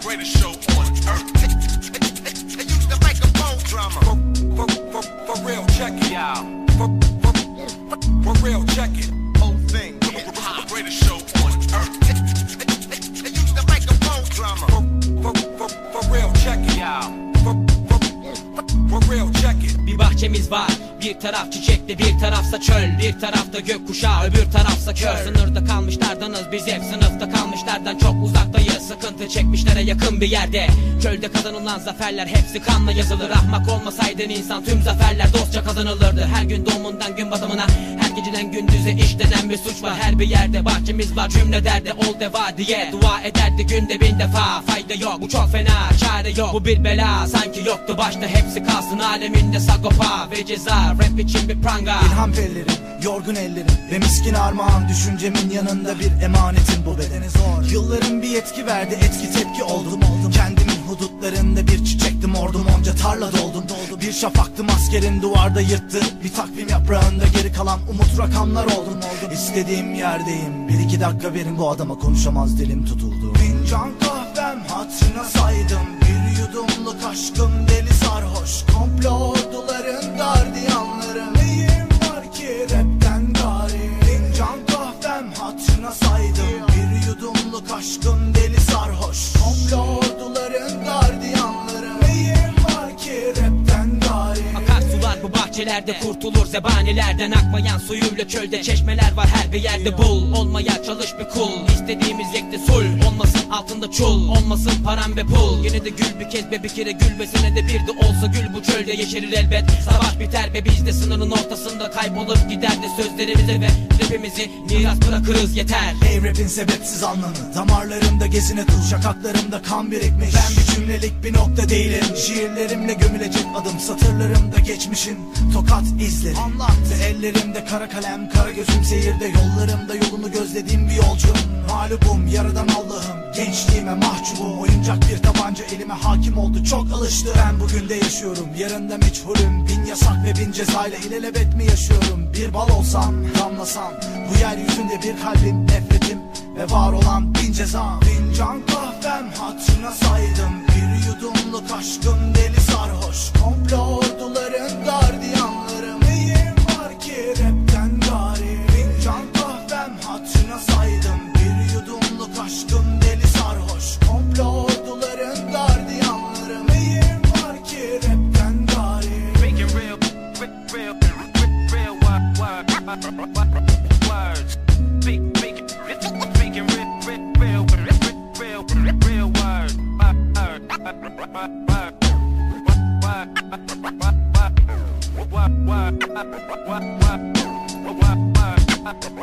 greatest show on earth. They use the microphone drama. For real, check it. Yeah. For real, check it. Whole thing. Greatest show on earth. They use the microphone drama. For real, check it. Yeah. For real, check it. Bir bahçemiz var, bir taraf çiçekli, bir tarafsa çöl, bir tarafta gökkuşağı, öbür tarafsa kör. Sınırda kalmışlardanız biz hep, sınıfta kalmışlardan çok uzaktayız. Sıkıntı çekmişlere yakın bir yerde. Çölde kazanılan zaferler hepsi kanla yazılır. Ahmak olmasaydın insan tüm zaferler dostça kazanılırdı. Her gün doğumundan gün batımına, her geceden gündüze işlenen bir suç var her bir yerde. Bahçemiz var cümle derdi ol deva diye dua ederdi günde 1000 defa. Fayda yok, bu çok fena, çare yok, bu bir bela. Sanki yoktu başta, hepsi kalsın aleminde sagopa ve ceza. Rap için bir pranga. İlham pellerim, yorgun ellerim ve miskin armağan, düşüncemin yanında bir emanetin bu bedene zor. Yılların bir yetki verdi, etki tepki oldum. Kendimin hudutlarında bir çiçektim, ordum onca tarla doldum. Bir şafaktım askerin duvarda yırttı, bir takvim yaprağında geri kalan umut rakamlar oldum. İstediğim yerdeyim, 1-2 dakika verin, bu adama konuşamaz dilim tutuldu. Fincan kahvem hatırına saydım, bir yudumluk aşkım deli sarhoş. Komplo orduların gardiyanları, neyim var ki rapten gari. Fincan kahvem hatırına saydım, bir yudumluk aşkım deli sarhoş. Komplo orduların gardiyanları, neyim var ki rapten gari. Akarsular bu bahçelerde kurtulur zebanilerden. Akmayan suyuyla çölde çeşmeler var her bir yerde. Bul olmaya çalış bir kul, İstediğimiz yekte sul. Olmasın altında çul, olmasın param ve pul. Yine de gül bir kez be, bir kere gül ve senede bir de olsa gül. Bu çölde yeşerir elbet, savaş biter ve biz de sınırın ortasında kaybolup gider de sözlerimize ve rapimizi miras bırakırız yeter. Ey rapin sebepsiz anlamı, damarlarımda gezine tur, şakaklarımda kan birikmiş. Ben bir cümlelik bir nokta değilim, şiirlerimle gömülecek adım, satırlarımda geçmişin tokat izleri. Anlattı ellerimde kara kalem, kara gözüm seyirde, yollarımda yolunu gözlediğim bir yolcuyum. Mağlubum yaradan Allah'ım, gençliğime mahcubum. Oyuncak bir tabanca elime hakim oldu, çok alıştı. Ben bugün de yaşıyorum, yarın da meçhulüm. 1000 yasak ve 1000 cezayla ilelebet mi yaşıyorum? Bir bal olsam, damlasam, bu yeryüzünde bir kalbim, nefretim ve var olan 1000 ceza. Fincan kahvem hatırına saydım, bir yudumluk aşkım deli sarhoş. Komplo orduların gardiyanları, neyim var ki rapten gari. Fincan kahvem hatırına saydım, bir yudumluk aşkım deli sarhoş. Komplo orduların gardiyanları, neyim var ki rapten gari. Making real words. Speaking real words. What?